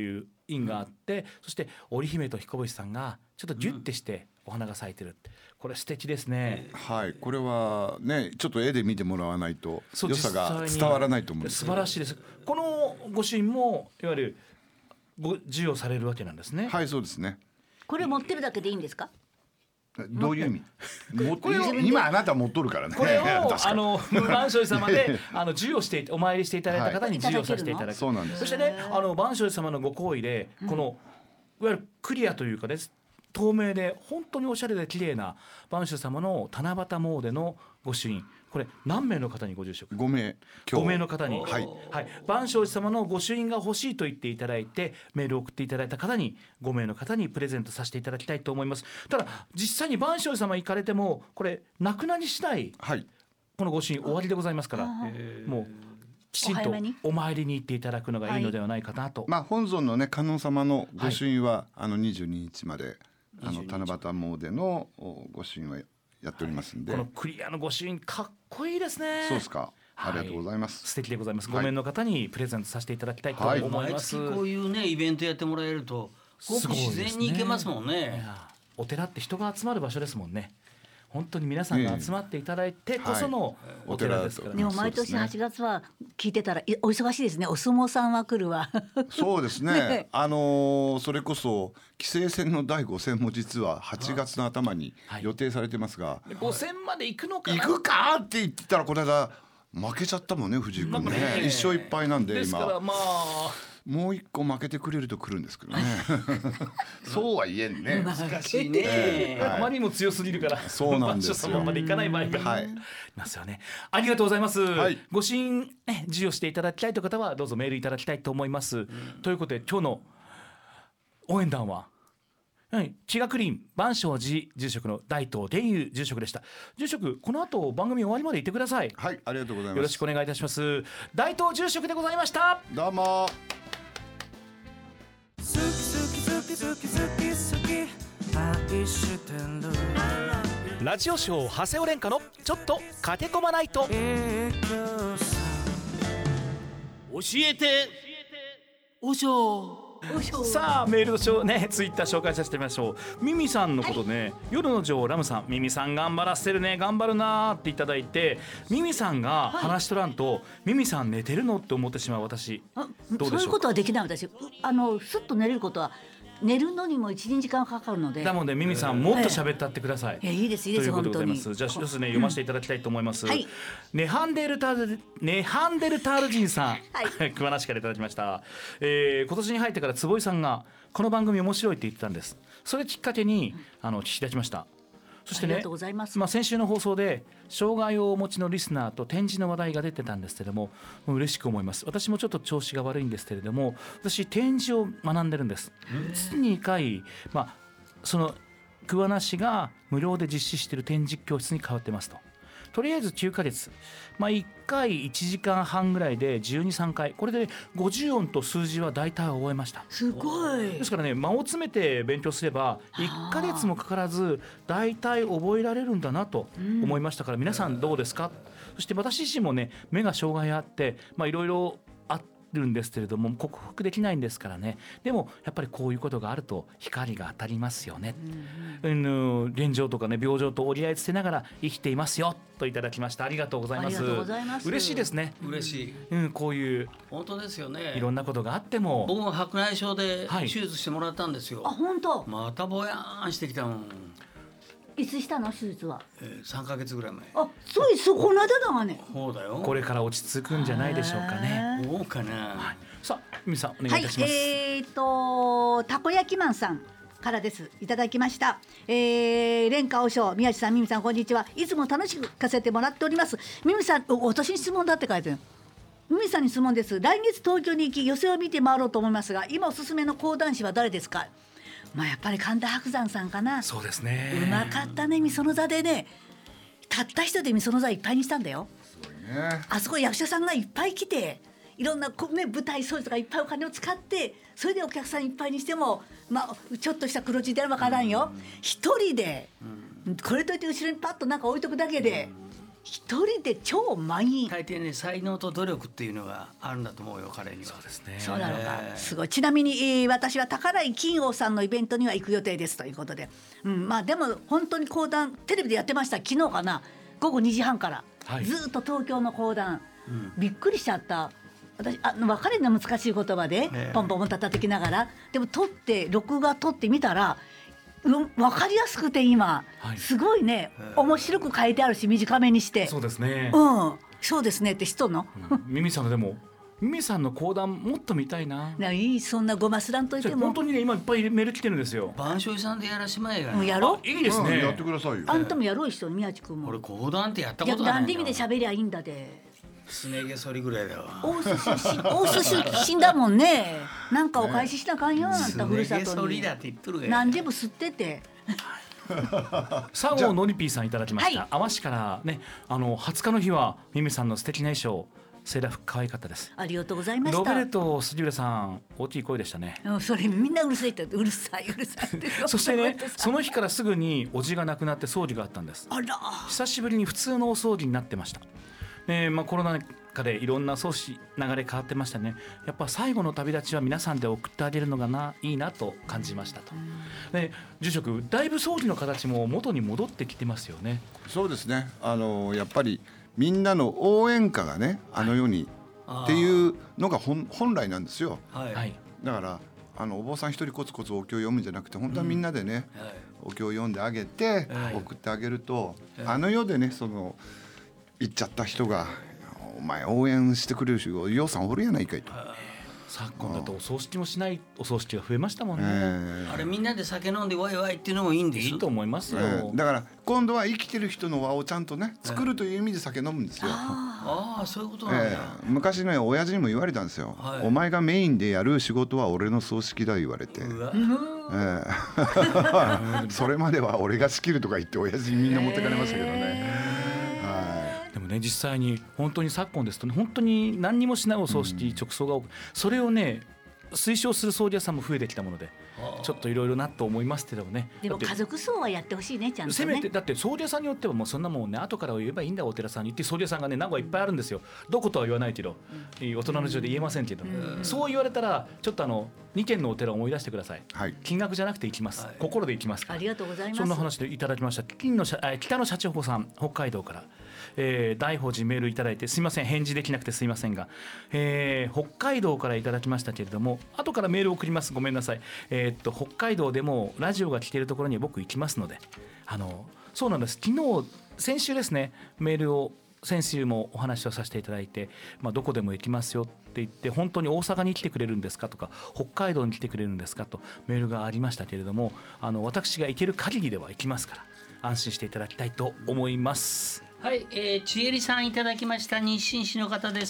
印があって、そして織姫と彦星さんがちょっとギュッてしてお花が咲いてる、これ素敵ですね。 はい、これはねちょっと絵で見てもらわないと良さが伝わらないと思うんです。 素晴らしいです。この御朱印もいわゆる授与されるわけなんですね。 はい、そうですね。 これ持ってるだけでいいんですか？ どういう意味？今あなた持っとるからね。 これを万象寺様で授与してお参りしていただいた方に授与させていただく。 そうなんです。 そしてね万象寺様のご厚意でこのいわゆるクリアというかです透明で本当におしゃれで綺麗な万象様の七夕詣の御朱印、これ何名の方にご住職？5名の方に、はいはい、万象寺様の御朱印が欲しいと言っていただいてメールを送っていただいた方に5名の方にプレゼントさせていただきたいと思います。ただ実際に万象寺様行かれてもこれなくなり次第、はい、この御朱印終わりでございますから、もうきちんとお参りに行っていただくのがいいのではないかなと。 本尊のね観音様の御朱印は、22日まで七夕詣の御朱印はやっておりますんで、 このクリアの御朱印かっこいいですね。 そうですか、ありがとうございます。 素敵でございます。5名の方にプレゼントさせていただきたいと思います。 毎月こういうねイベントやってもらえるとごく自然に行けますもんね。 お寺って人が集まる場所ですもんね。本当に皆さんが集まっていただいてこそのお寺ですからね。 でも毎年8月は聞いてたらお忙しいですね。お相撲さんは来るわ。 そうですね。それこそ棋聖戦の第5戦も実は8月の頭に予定されてますが、 5戦まで行くのかな。 行くかって言ってたらこの間負けちゃったもんね、藤井君ね。1勝1敗なんで今。 ですからもう一個負けてくれると来るんですけどね。そうは言えんね。 難しいね。 あまりにも強すぎるから。 そうなんですよ。 までいかない場合がいますよね。ありがとうございます。ご支援授与していただきたいという方はどうぞメールいただきたいと思います。ということで今日の応援団は気がクリーン万象寺住職の大東伝友住職でした。住職、この後番組終わりまでいてください。 はい、ありがとうございます。 よろしくお願いいたします。大東住職でございました。 どうも。 ラジオショー長谷尾廉歌のちょっと駆け込まないと。教えておしょう。さあメールのねツイッター紹介させてみましょう。ミミさんのことね、夜の女王ラムさん、ミミさん頑張らせてるね、頑張るなっていただいて、ミミさんが話しとらんと、ミミさん寝てるのって思ってしまう私。どうでしょうか。 そういうことはできない。私スッと寝れることは寝るのにも 1,2 時間かかるので。 だもんでミミさんもっと喋ってってください。 いいですいいです。 ということでございます。じゃあ一つね読ませていただきたいと思います。ネハンデルタールジンさん、桑名市からいただきました。今年に入ってから坪井さんがこの番組面白いって言ってたんです。それきっかけに聞き出しました。そしてね、先週の放送で障害をお持ちのリスナーと展示の話題が出てたんですけれども、嬉しく思います。私もちょっと調子が悪いんですけれども、私展示を学んでるんです。月に2回、その桑名市が無料で実施している展示教室に通ってますと。とりあえず9ヶ月、1回1時間半ぐらいで12、3回、これで50音と数字は大体覚えました。 すごいですからね、間を詰めて勉強すれば1ヶ月もかからず大体覚えられるんだなと思いましたから、皆さんどうですか。そして私自身もね、目が障害あっていろいろあるんですけれども克服できないんですからね。でもやっぱりこういうことがあると光が当たりますよね。現状とかね、病状と折り合いつけながら生きていますよといただきまました。ありがとうございます。嬉しいですね。 嬉しい。 こういう本当ですよね。 いろんなことがあっても。 僕も白内障で手術してもらったんですよ。 本当。 またぼやーんしてきたもん。 いつしたの手術は ？3ヶ月ぐらい前。 そうこの間だがね。 そうだよ。 これから落ち着くんじゃないでしょうかね。 どうかな。 さあ、みさんお願いいたします。 たこ焼きマンさんからです。いただきました。蓮華和尚、宮地さん、ミミさん、こんにちは。いつも楽しく聞かせてもらっております。ミミさん、私に質問だって書いてる。ミミさんに質問です。来月東京に行き寄席を見て回ろうと思いますが、今おすすめの講談師は誰ですか。やっぱり神田伯山さんかな。 そうですね。 うまかったね。みその座でね、たった一人でみその座いっぱいにしたんだよ。 すごいね。 あそこ役者さんがいっぱい来て、いろんな、舞台装置とかいっぱいお金を使って、それでお客さんいっぱいにしても、ちょっとした黒字であればわからんよ。一人でこれといって後ろにパッとなんか置いとくだけで一人で超満員。 大抵ね才能と努力っていうのがあるんだと思うよ彼には。 そうですね。 そうなのか、すごい。ちなみに、私は宝井金王さんのイベントには行く予定ですということで、まあでも本当に講談テレビでやってました。昨日かな、午後2時半から、 はい、 ずっと東京の講談、びっくりしちゃった。私分かるの難しい言葉でポンポン叩きながら、でも録画撮ってみたら分かりやすくて今、すごいね、面白く書いてあるし短めにして。 そうですね。 そうですねって知っとんの。 ミミさんのでもミミさんの講談もっと見たいな。 そんなごますらんといても。 本当にね今いっぱいメール来てるんですよ。 晩鐘さんでやらしまえが、ね。 やろう。 いいですね。 やってくださいよ。 あんたもやろう一緒に宮地君も。 俺講談ってやったことないんだ。 ダンディミで喋りゃいいんだで。 すね毛剃りぐらいだわ。 大寿司死んだもんね。なんかお返ししなあかんよ、あんたふるさとに。 すね毛剃りだって言っとるが。 何でも吸ってて。 佐合のりぴーさんいただきました。淡市からね、20日の日はミミさんの素敵な衣装、セーラー服可愛かったです。 ありがとうございました。 ロベルト杉浦さん大きい声でしたね。 それみんなうるさいってうるさいそしてね、その日からすぐにおじが亡くなって葬儀があったんです。 あら、 久しぶりに普通のお葬儀になってました。コロナ禍でいろんな葬式流れ変わってましたね。やっぱ最後の旅立ちは皆さんで送ってあげるのがいいなと感じましたと。で、住職だいぶ葬儀の形も元に戻ってきてますよね。 そうですね。やっぱりみんなの応援歌がね、世にっていうのが本来なんですよ。だからお坊さん一人コツコツお経を読むんじゃなくて、本当はみんなでね、お経を読んであげて、送ってあげると、世でね、行っちゃった人がお前応援してくれるし、ようさんおるやないかいと。 昨今だとお葬式もしないお葬式が増えましたもんね。 あれみんなで酒飲んでワイワイっていうのもいいんです。 いいと思いますよ。 だから今度は生きてる人の輪をちゃんとね作るという意味で酒飲むんですよ。 そういうことなんだ。 昔ね、親父にも言われたんですよ。お前がメインでやる仕事は俺の葬式だ言われて。それまでは俺が仕切るとか言って親父にみんな持ってかれましたけどね。 でもね、実際に本当に昨今ですとね、本当に何にもしないお葬式、直葬が多く、それをね推奨する葬儀屋さんも増えてきたもので、ちょっといろいろなと思いますけどもね。 でも家族葬はやってほしいね、ちゃんとね。 せめてだって葬儀屋さんによってはもうそんなもんね、後から言えばいいんだお寺さんにって葬儀屋さんがね名古屋いっぱいあるんですよ。どことは言わないけど、大人の事情で言えませんけど、そう言われたらちょっと2軒のお寺を思い出してください。金額じゃなくて行きます。心で行きますから。 ありがとうございます。 そんな話でいただきました。北野シャチホコさん、北海道から。大宝寺メールいただいて、すいません返事できなくてすいませんが、北海道からいただきましたけれども、後からメールを送ります、ごめんなさい。北海道でもラジオが聞けるところに僕行きますので、そうなんです。先週ですね、メールを先週もお話をさせていただいて、どこでも行きますよって言って、本当に大阪に来てくれるんですかとか、北海道に来てくれるんですかとメールがありましたけれども、私が行ける限りでは行きますから安心していただきたいと思います。 はい、ちえりさんいただきました。日清市の方です。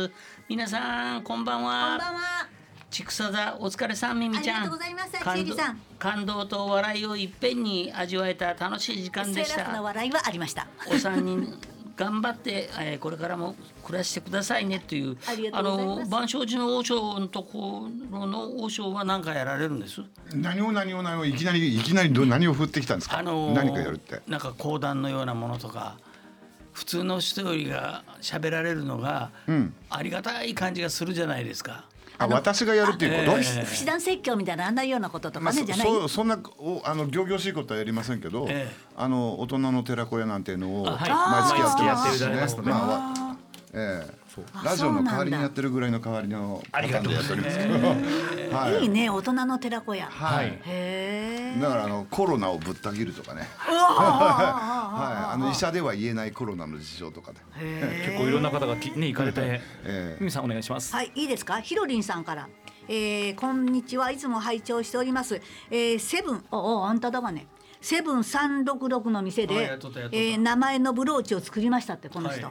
皆さんこんばんは。 こんばんは。 ちくさ座お疲れさん、みみちゃん。 ありがとうございます。ちえりさん。 感動と笑いをいっぺんに味わえた楽しい時間でした。 セーラフの笑いはありました。 お三人頑張って、これからも暮らしてくださいねという。万象寺の和尚のところの和尚は何かやられるんです。 何をいきなり何を振ってきたんですか。何かやるって。 なんか講談のようなものとか。普通の人よりが喋られるのがありがたい感じがするじゃないですか。 私がやるっていうこと。 不死団説教みたいなあんなようなこととかね、じゃない。 そんな仰々しいことはやりませんけど、大人の寺子屋なんていうのを毎月やってるますね。ラジオの代わりにやってるぐらいの代わりのパターンでやっておりますけど、 いいね、大人の寺子屋。 だからコロナをぶった切るとかね、医者では言えないコロナの事情とかで結構いろんな方が行かれて、みみさんお願いします。 はい、いいですか。ひろりんさんから、こんにちは、いつも拝聴しております。セブン、あんただがね、セブン366の店で、名前のブローチを作りましたって、この人。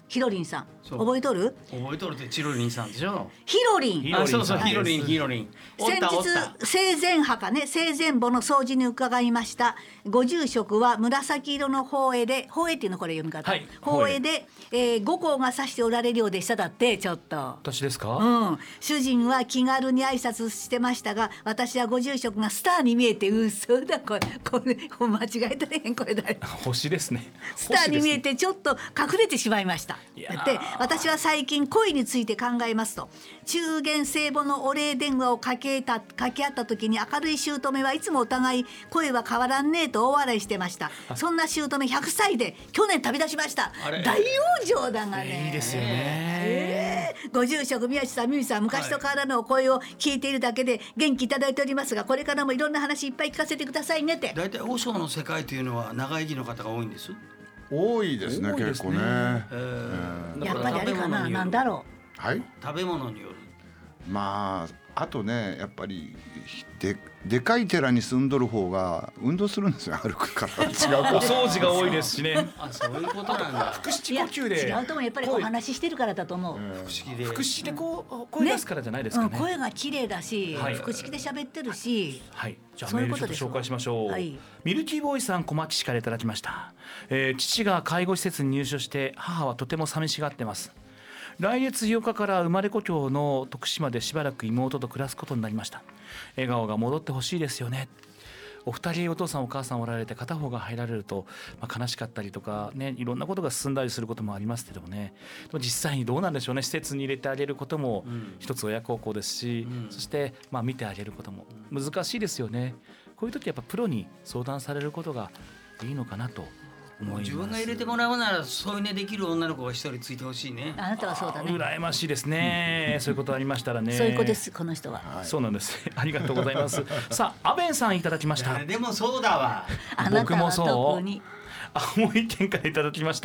ヒロリンさん覚えとる？ 覚えとるってチロリンさんでしょ。 ヒロリン。 あ、そうそう、ヒロリン。 先日生前墓ね、生前墓の掃除に伺いました。ご住職は紫色の法会で、法会っていうのこれ読み方、法会で、五光が指しておられるようでした。だってちょっと私ですか？ 主人は気軽に挨拶してましたが、私はご住職がスターに見えて、嘘だこれ間違えたれへん、これだ星ですね。 スターに見えてちょっと隠れてしまいました。で、私は最近恋について考えますと、中元聖母のお礼電話を掛け合った時に、明るい姑はいつもお互い声は変わらんねえと大笑いしてました。そんな姑100歳で去年旅立ちました。大往生だがね。 いいですよね。 ご住職宮地さん、ミミさん、昔と変わらぬお声を聞いているだけで元気いただいておりますが、これからもいろんな話いっぱい聞かせてくださいねって。 だいたい和尚の世界というのは長生きの方が多いんです。 多いですね、結構ね。 やっぱりあれかな、なんだろう。はい。 食べ物による。 まああとね、やっぱりでかい寺に住んどる方が運動するんですよ、歩くから。違うか。 お掃除が多いですしね。 そういうことなんだ。 腹式呼吸で。 違うと思う、やっぱりお話ししてるからだと思う。 腹式でこう声出すからじゃないですかね。 声が綺麗だし、腹式で喋ってるし。 はい。じゃあメールちょっと紹介しましょう。ミルキーボーイさん、小牧市からいただきました。父が介護施設に入所して、母はとても寂しがってます。来月8日から生まれ故郷の徳島でしばらく妹と暮らすことになりました。笑顔が戻ってほしいですよね。お二人お父さんお母さんおられて、片方が入られると、悲しかったりとかね、いろんなことが進んだりすることもありますけどもね。でも実際にどうなんでしょうね。施設に入れてあげることも一つ親孝行ですし、そして見てあげることも難しいですよね。こういう時やっぱプロに相談されることがいいのかなと思います。 自分が入れてもらうなら添い寝できる女の子が一人ついてほしいね。 あなたはそうだね。 羨ましいですね。そういうことありましたらね。 そういう子です、この人は。 そうなんです。ありがとうございます。さあ、アベンさんいただきました。 でもそうだわ。 僕もそう。青森県からいただきました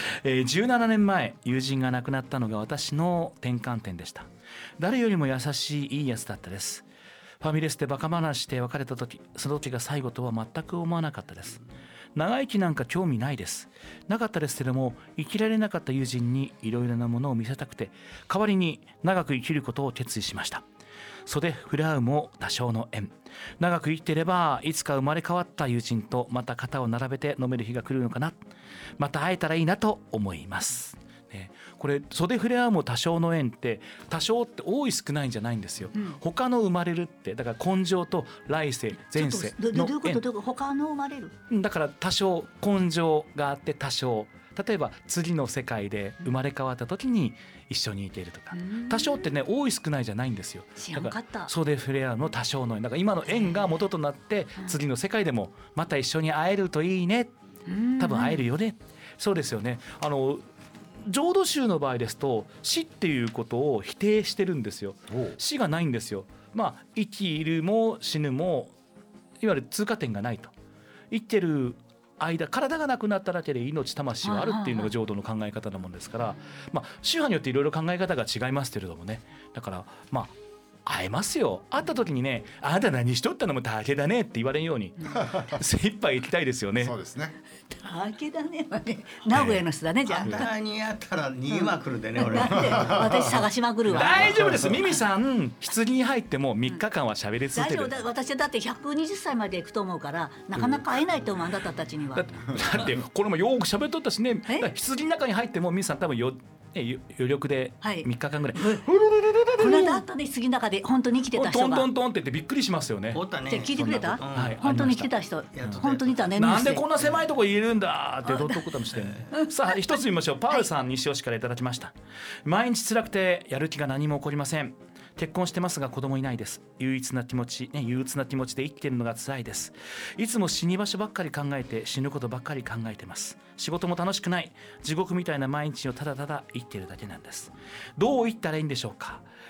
。17年前、友人が亡くなったのが私の転換点でした。誰よりも優しいいいやつだったです。ファミレスでバカ話して別れた時、その時が最後とは全く思わなかったです。長生きなんか興味ないです。なかったですけども、生きられなかった友人にいろいろなものを見せたくて、代わりに長く生きることを決意しました。袖触れ合うも多少の縁。長く生きていれば、いつか生まれ変わった友人とまた肩を並べて飲める日が来るのかな。また会えたらいいなと思います。これ袖触れ合うも多少の縁って、多少って多い少ないんじゃないんですよ。他の生まれるって、だから根性と来世前世の縁。 どういうこと？他の生まれる？ だから多少根性があって、多少例えば次の世界で生まれ変わった時に一緒にいているとか、多少ってね、多い少ないじゃないんですよ。 知らんかった。 袖触れ合うの多少の縁だから、今の縁が元となって次の世界でもまた一緒に会えるといいね。多分会えるよね。そうですよね。浄土宗の場合ですと、死っていうことを否定してるんですよ。死がないんですよ。生きるも死ぬもいわゆる通過点がないと。生きてる間、体がなくなっただけで命魂はあるっていうのが浄土の考え方なもんですから、宗派によっていろいろ考え方が違いますけれどもね。だから会えますよ。会った時にね、あなた何しとったのも竹だねって言われんように精一杯行きたいですよね。 そうですね。 竹だねはね、名古屋の人だね。じゃああんたにやったら逃げまくるでね、俺。 私探しまくるわ。 大丈夫です。ミミさん、棺に入っても3日間は喋り続ける。 大丈夫。私だって120歳まで行くと思うから、なかなか会えないと思う、あなたたちには。だってこれもよく喋っとったしね。棺の中に入ってもミミさん多分余力で3日間ぐらい、 この間あったね、棺の中で本当に生きてた人がトントントンって言ってびっくりしますよね。 おったね。 聞いてくれた？ はい、 本当に生きてた人、本当にいたね。 なんでこんな狭いとこ入れるんだってどっとこともしてさあ、一つ見ましょう。パウルさん、西尾市からいただきました。毎日辛くてやる気が何も起こりません。結婚してますが子供いないです。憂鬱な気持ちで生きてるのが辛いです。いつも死に場所ばっかり考えて、死ぬことばっかり考えてます。仕事も楽しくない、地獄みたいな毎日をただただ生きてるだけなんです。どう生きたらいいんでしょうか。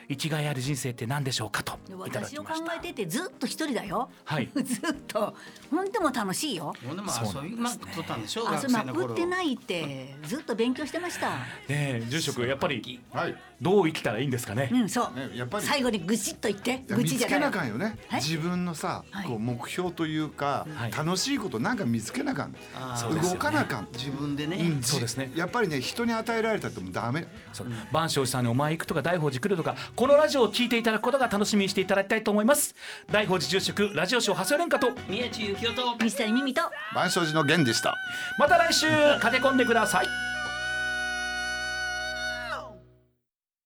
生きがいある人生って何でしょうかといただき私を考ました。 えててずっと一人だよ、 はい、 ずっと本当も楽しいよ。 でも遊びまくっとったんでしょう、 遊びまくってないってずっと勉強してました。 住職やっぱりどう生きたらいいんですかね。 そう、 ね、やっぱり最後にぐしっと言って、 見つけなあかんよね。自分のさ、 はい、 こう目標というか、はい、楽しいことなんか見つけなあかん、動かなあかん、 自分でね、 そうですね。 やっぱりね、人に与えられたってもダメ。 万象寺さんにお前行くとか大宝寺来るとか、このラジオを聞いていただくことが楽しみにしていただきたいと思います。大宝寺住職ラジオショー長谷蓮華と宮地幸雄と西谷美美と万象寺の源でした。 また来週駆け込んでください。